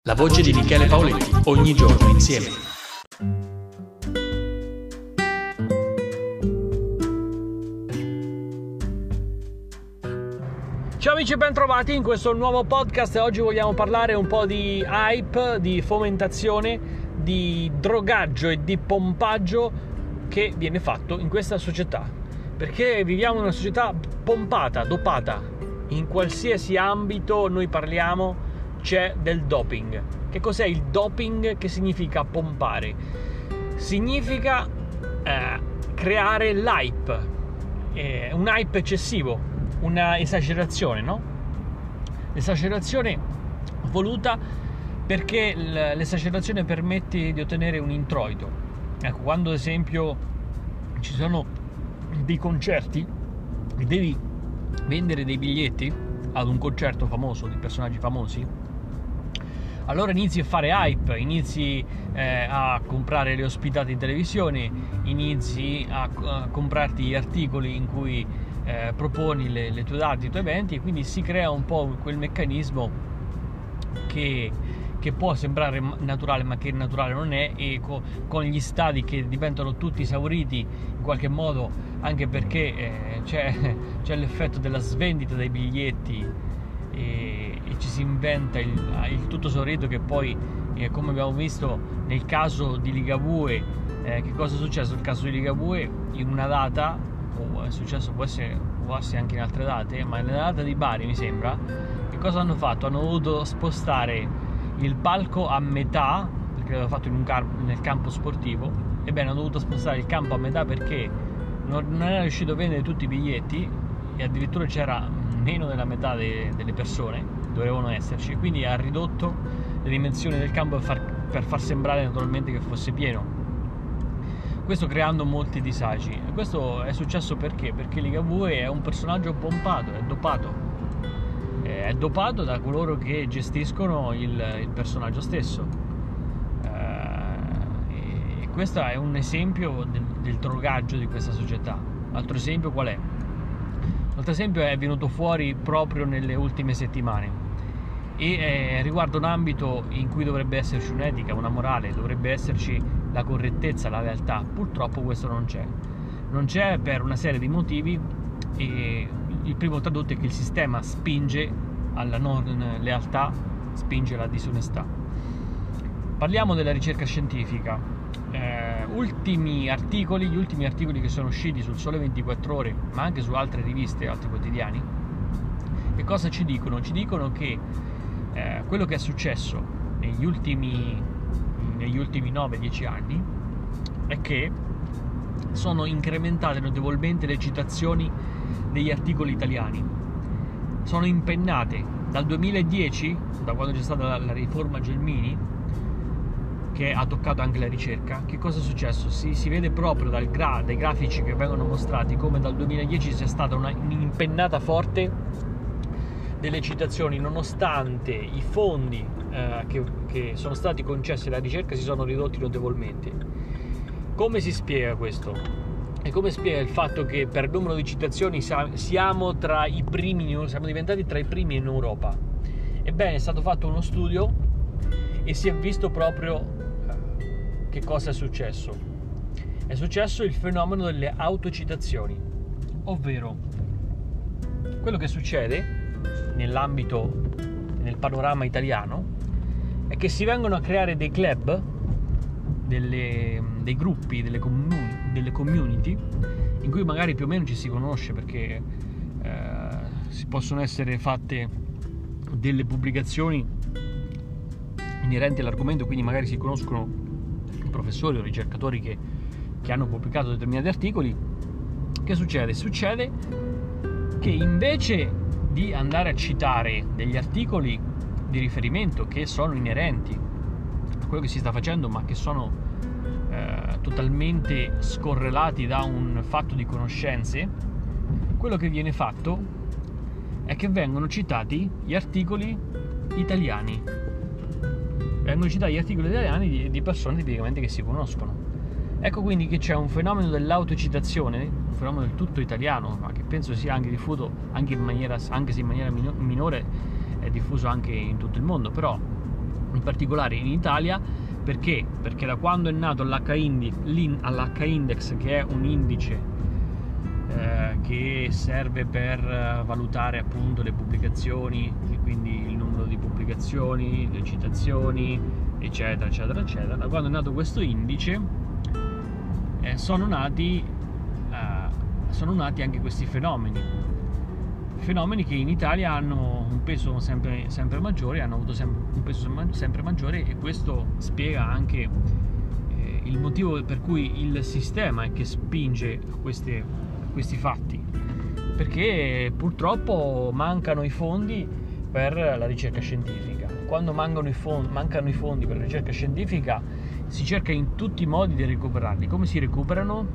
La voce di Michele Paoletti, ogni giorno insieme. Ciao amici, ben trovati in questo nuovo podcast. Oggi vogliamo parlare un po' di hype, di fomentazione, di drogaggio e di pompaggio che viene fatto in questa società. Perché viviamo in una società pompata, dopata. In qualsiasi ambito noi parliamo c'è del doping. Che cos'è il doping? Che significa pompare? Significa creare l'hype, un hype eccessivo, una esagerazione, no? L'esagerazione voluta perché l'esagerazione permette di ottenere un introito. Ecco, quando ad esempio ci sono dei concerti e devi vendere dei biglietti ad un concerto famoso di personaggi famosi, allora inizi a fare hype, inizi a comprare le ospitate in televisione, inizi a comprarti gli articoli in cui proponi le tue date, i tuoi eventi, e quindi si crea un po' quel meccanismo che può sembrare naturale ma che naturale non è, e con gli stadi che diventano tutti esauriti in qualche modo, anche perché c'è l'effetto della svendita dei biglietti e ci si inventa il tutto esaurito, che poi come abbiamo visto nel caso di Ligabue, che cosa è successo nel caso di Ligabue? In una data, è successo, può essere anche in altre date, ma nella data di Bari mi sembra, che cosa hanno fatto? Hanno dovuto spostare il palco a metà, perché l'aveva fatto nel campo sportivo. Ebbene, hanno dovuto spostare il campo a metà perché non era riuscito a vendere tutti i biglietti, e addirittura c'era meno della metà delle persone dovevano esserci, quindi ha ridotto le dimensioni del campo per far sembrare naturalmente che fosse pieno, questo creando molti disagi. E questo è successo perché Ligabue è un personaggio pompato, è dopato da coloro che gestiscono il personaggio stesso, e questo è un esempio del drogaggio di questa società. Altro esempio qual è? L'altro esempio è venuto fuori proprio nelle ultime settimane e riguarda un ambito in cui dovrebbe esserci un'etica, una morale, dovrebbe esserci la correttezza, la lealtà. Purtroppo questo non c'è per una serie di motivi, e il primo tra tutti è che il sistema spinge alla non lealtà, spinge alla disonestà. Parliamo della ricerca scientifica. Gli ultimi articoli che sono usciti sul Sole 24 Ore, ma anche su altre riviste, altri quotidiani, che cosa ci dicono? Ci dicono che quello che è successo negli ultimi 9-10 anni è che sono incrementate notevolmente le citazioni degli articoli italiani. Sono impennate dal 2010, da quando c'è stata la riforma Gelmini, che ha toccato anche la ricerca. Che cosa è successo? Si vede proprio dai grafici che vengono mostrati come dal 2010 sia stata un'impennata forte delle citazioni, nonostante i fondi che sono stati concessi alla ricerca si sono ridotti notevolmente. Come si spiega questo? E come spiega il fatto che per numero di citazioni siamo diventati tra i primi in Europa? Ebbene, è stato fatto uno studio e si è visto proprio che cosa è successo. È successo il fenomeno delle autocitazioni, ovvero quello che succede nel panorama italiano è che si vengono a creare dei club, dei gruppi, delle community in cui magari più o meno ci si conosce, perché si possono essere fatte delle pubblicazioni inerenti all'argomento, quindi magari si conoscono professori o ricercatori che hanno pubblicato determinati articoli. Che succede? Succede che invece di andare a citare degli articoli di riferimento che sono inerenti a quello che si sta facendo, ma che sono totalmente scorrelati da un fatto di conoscenze, quello che viene fatto è che vengono citati gli articoli italiani. Di persone tipicamente che si conoscono. Ecco quindi che c'è un fenomeno dell'autocitazione, un fenomeno del tutto italiano, ma che penso sia anche diffuso anche se in maniera minore è diffuso anche in tutto il mondo, però in particolare in Italia. Perché? Perché da quando è nato l'H-Index, che è un indice che serve per valutare appunto le pubblicazioni, quindi il numero di pubblicazioni, le citazioni, eccetera eccetera eccetera, da quando è nato questo indice sono nati anche questi fenomeni che in Italia hanno un peso sempre maggiore, hanno avuto un peso sempre maggiore, e questo spiega anche il motivo per cui il sistema è che spinge questi fatti, perché purtroppo mancano i fondi per la ricerca scientifica. Quando mancano i fondi per la ricerca scientifica, si cerca in tutti i modi di recuperarli. Come si recuperano?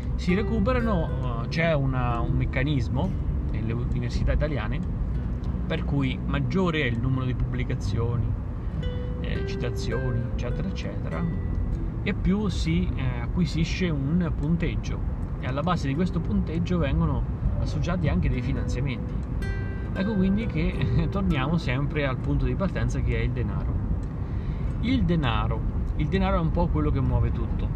C'è un meccanismo nelle università italiane per cui maggiore è il numero di pubblicazioni, citazioni, eccetera eccetera, e più si acquisisce un punteggio, e alla base di questo punteggio vengono associati anche dei finanziamenti. Ecco quindi che torniamo sempre al punto di partenza, che è il denaro. Il denaro è un po' quello che muove tutto.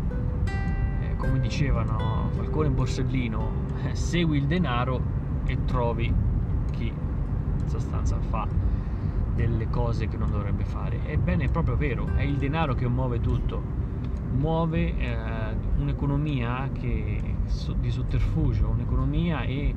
Come dicevano Falcone e Borsellino, segui il denaro e trovi chi in sostanza fa delle cose che non dovrebbe fare. Ebbene, è proprio vero, è il denaro che muove tutto, muove un'economia di sotterfugio, un'economia e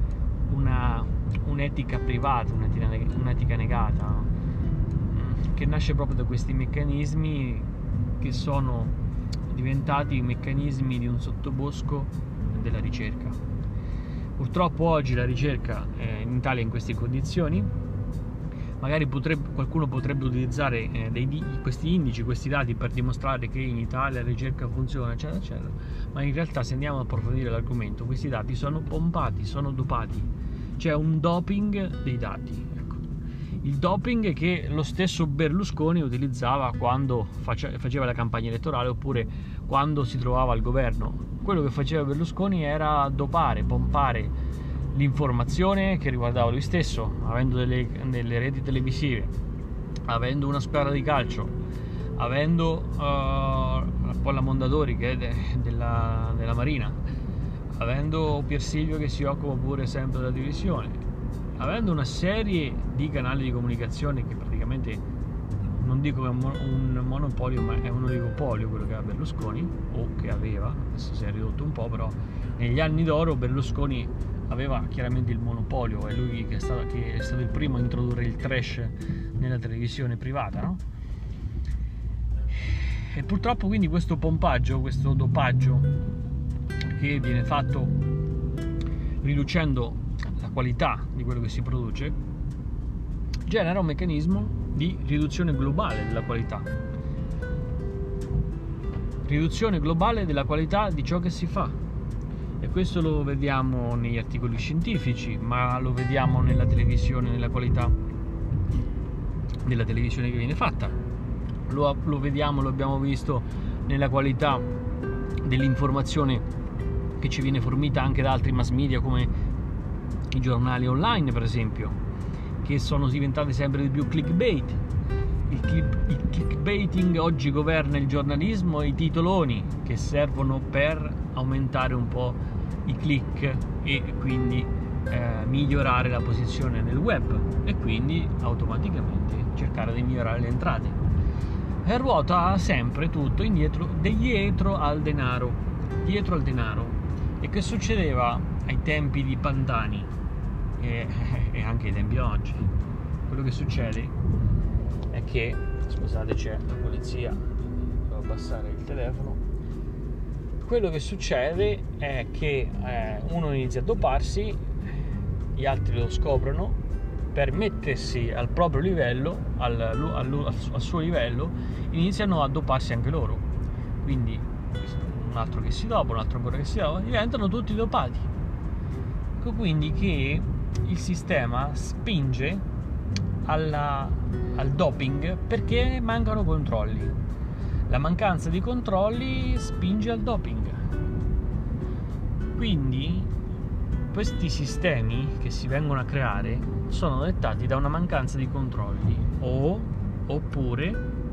un'etica privata, un'etica negata, che nasce proprio da questi meccanismi che sono diventati meccanismi di un sottobosco della ricerca. Purtroppo oggi la ricerca in Italia è in queste condizioni. Magari qualcuno potrebbe utilizzare questi indici, questi dati per dimostrare che in Italia la ricerca funziona, eccetera eccetera, ma in realtà, se andiamo a approfondire l'argomento, questi dati sono pompati, sono dopati, c'è un doping dei dati. Ecco. Il doping che lo stesso Berlusconi utilizzava quando faceva la campagna elettorale, oppure quando si trovava al governo. Quello che faceva Berlusconi era dopare, pompare l'informazione che riguardava lui stesso, avendo delle reti televisive, avendo una squadra di calcio, avendo poi la Mondadori, che è della Marina, avendo Pier Silvio che si occupa pure sempre della televisione, avendo una serie di canali di comunicazione che praticamente, non dico che è un monopolio, ma è un oligopolio quello che ha Berlusconi, o che aveva, adesso si è ridotto un po', però negli anni d'oro Berlusconi aveva chiaramente il monopolio, è lui che è stato il primo a introdurre il trash nella televisione privata, no? E purtroppo quindi questo pompaggio, questo dopaggio che viene fatto riducendo la qualità di quello che si produce, genera un meccanismo di riduzione globale della qualità. Riduzione globale della qualità di ciò che si fa. E questo lo vediamo negli articoli scientifici, ma lo vediamo nella televisione, nella qualità della televisione che viene fatta. Lo abbiamo visto nella qualità dell'informazione che ci viene fornita anche da altri mass media, come i giornali online, per esempio, che sono diventati sempre di più clickbait. Il clickbaiting oggi governa il giornalismo e i titoloni, che servono per aumentare un po' i click e quindi migliorare la posizione nel web, e quindi automaticamente cercare di migliorare le entrate. E ruota sempre tutto dietro al denaro. E che succedeva ai tempi di Pantani e anche ai tempi oggi? Quello che succede è che, scusate, c'è la polizia, devo abbassare il telefono. Quello che succede è che uno inizia a doparsi, gli altri lo scoprono, per mettersi al proprio livello, al suo livello, iniziano a doparsi anche loro. Quindi un altro che si dopa, un altro ancora che si dopa, diventano tutti dopati. Ecco quindi che il sistema spinge al doping perché mancano controlli. La mancanza di controlli spinge al doping. Quindi questi sistemi che si vengono a creare sono dettati da una mancanza di controlli, oppure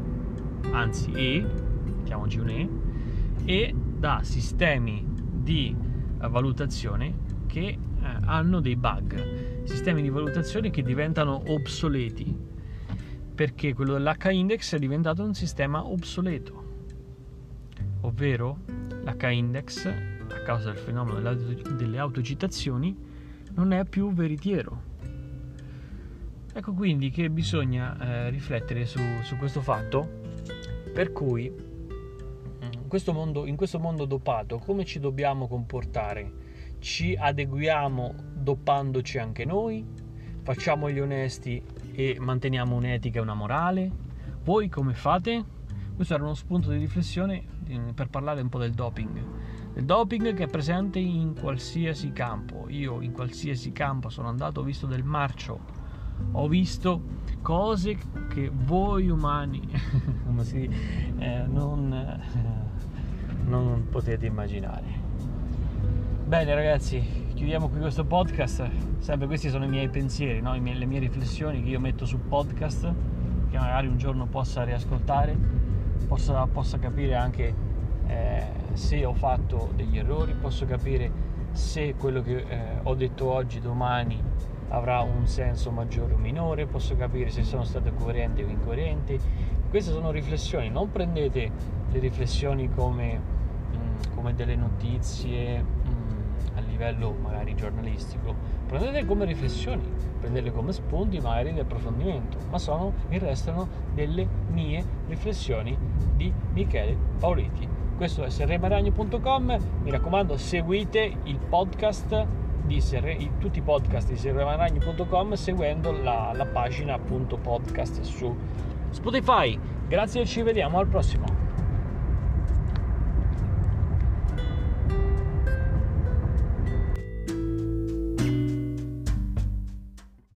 anzi mettiamoci un e da sistemi di valutazione che hanno dei bug, sistemi di valutazione che diventano obsoleti, perché quello dell'H-index è diventato un sistema obsoleto, ovvero l'H-index, a causa del fenomeno delle autocitazioni, non è più veritiero. Ecco quindi che bisogna riflettere su questo fatto, per cui in questo mondo dopato come ci dobbiamo comportare? Ci adeguiamo doppandoci anche noi? Facciamo gli onesti e manteniamo un'etica e una morale? Voi come fate? Questo era uno spunto di riflessione per parlare un po' del doping. Del doping che è presente in qualsiasi campo. Io in qualsiasi campo sono andato, ho visto del marcio, ho visto cose che voi umani non potete immaginare. Bene ragazzi, chiudiamo qui questo podcast. Sempre questi sono i miei pensieri, no? Le mie riflessioni che io metto su podcast, che magari un giorno possa riascoltare, possa capire anche se ho fatto degli errori, posso capire se quello che ho detto oggi domani avrà un senso maggiore o minore, posso capire se sono stato coerente o incoerente. Queste sono riflessioni, non prendete le riflessioni come delle notizie a livello magari giornalistico, prendete come riflessioni, prendete come spunti magari di approfondimento, ma restano delle mie riflessioni di Michele Paoletti. Questo è serremaragno.com, mi raccomando seguite il podcast tutti i podcast di serremaragno.com seguendo la pagina appunto podcast su Spotify. Grazie e ci vediamo al prossimo.